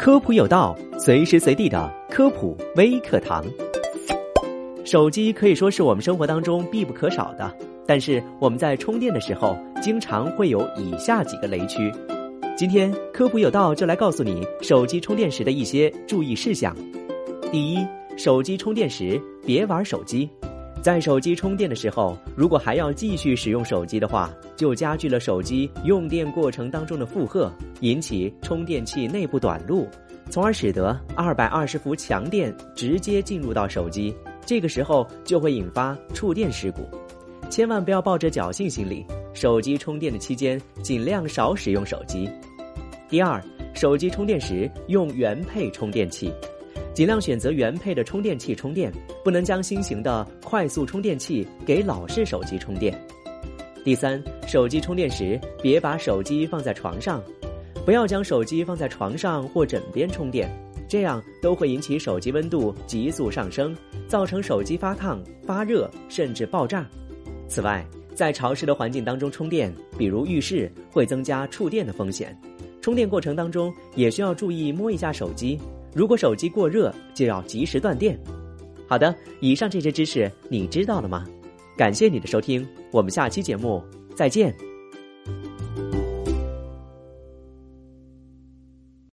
科普有道，随时随地的科普微课堂。手机可以说是我们生活当中必不可少的，但是我们在充电的时候，经常会有以下几个雷区。今天科普有道就来告诉你手机充电时的一些注意事项。第一，手机充电时别玩手机。在手机充电的时候，如果还要继续使用手机的话，就加剧了手机用电过程当中的负荷，引起充电器内部短路，从而使得220伏强电直接进入到手机，这个时候就会引发触电事故。千万不要抱着侥幸心理，手机充电的期间尽量少使用手机。第二，手机充电时用原配充电器。尽量选择原配的充电器充电，不能将新型的快速充电器给老式手机充电。第三，手机充电时别把手机放在床上，不要将手机放在床上或枕边充电，这样都会引起手机温度急速上升，造成手机发烫、发热甚至爆炸。此外，在潮湿的环境当中充电，比如浴室，会增加触电的风险。充电过程当中也需要注意摸一下手机，如果手机过热，就要及时断电。好的，以上这些知识你知道了吗？感谢你的收听，我们下期节目再见。